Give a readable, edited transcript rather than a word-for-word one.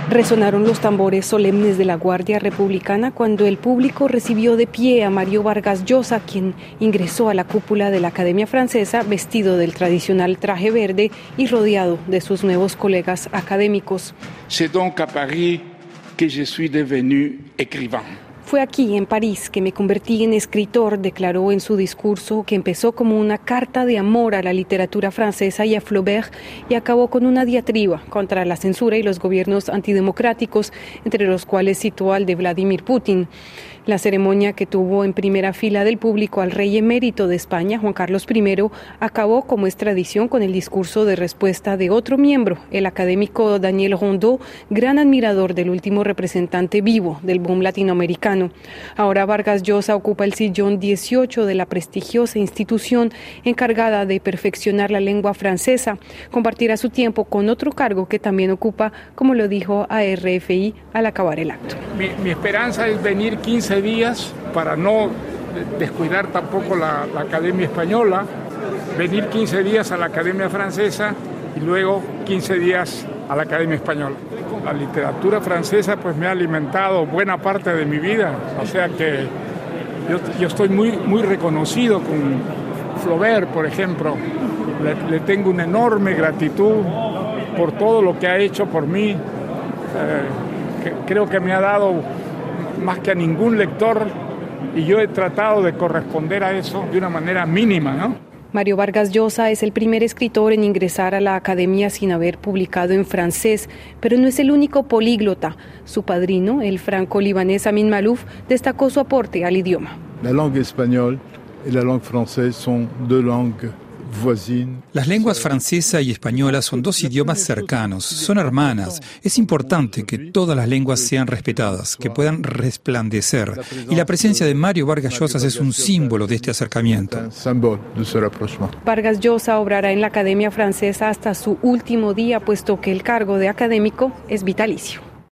Resonaron los tambores solemnes de la Guardia Republicana cuando el público recibió de pie a Mario Vargas Llosa, quien ingresó a la cúpula de la Academia Francesa vestido del tradicional traje verde y rodeado de sus nuevos colegas académicos. C'est donc à Paris que je suis devenu écrivain. Fue aquí, en París, que me convertí en escritor, declaró en su discurso, que empezó como una carta de amor a la literatura francesa y a Flaubert y acabó con una diatriba contra la censura y los gobiernos antidemocráticos, entre los cuales citó al de Vladimir Putin. La ceremonia, que tuvo en primera fila del público al rey emérito de España, Juan Carlos I, acabó, como es tradición, con el discurso de respuesta de otro miembro, el académico Daniel Rondeau, gran admirador del último representante vivo del boom latinoamericano. Ahora Vargas Llosa ocupa el sillón 18 de la prestigiosa institución encargada de perfeccionar la lengua francesa. Compartirá su tiempo con otro cargo que también ocupa, como lo dijo a RFI al acabar el acto. Mi esperanza es venir 15 días para no descuidar tampoco la Academia Española, venir 15 días a la Academia Francesa y luego 15 días a la Academia Española. La literatura francesa pues me ha alimentado buena parte de mi vida, o sea que yo estoy muy reconocido con Flaubert, por ejemplo. Le tengo una enorme gratitud por todo lo que ha hecho por mí. Creo que me ha dado más que a ningún lector y yo he tratado de corresponder a eso de una manera mínima, ¿no? Mario Vargas Llosa es el primer escritor en ingresar a la academia sin haber publicado en francés, pero no es el único políglota. Su padrino, el franco-libanés Amin Maalouf, destacó su aporte al idioma. La langue española y la langue francesa son dos langues voisines. Las lenguas francesa y española son dos idiomas cercanos, son hermanas. Es importante que todas las lenguas sean respetadas, que puedan resplandecer. Y la presencia de Mario Vargas Llosa es un símbolo de este acercamiento. Vargas Llosa obrará en la Academia Francesa hasta su último día, puesto que el cargo de académico es vitalicio.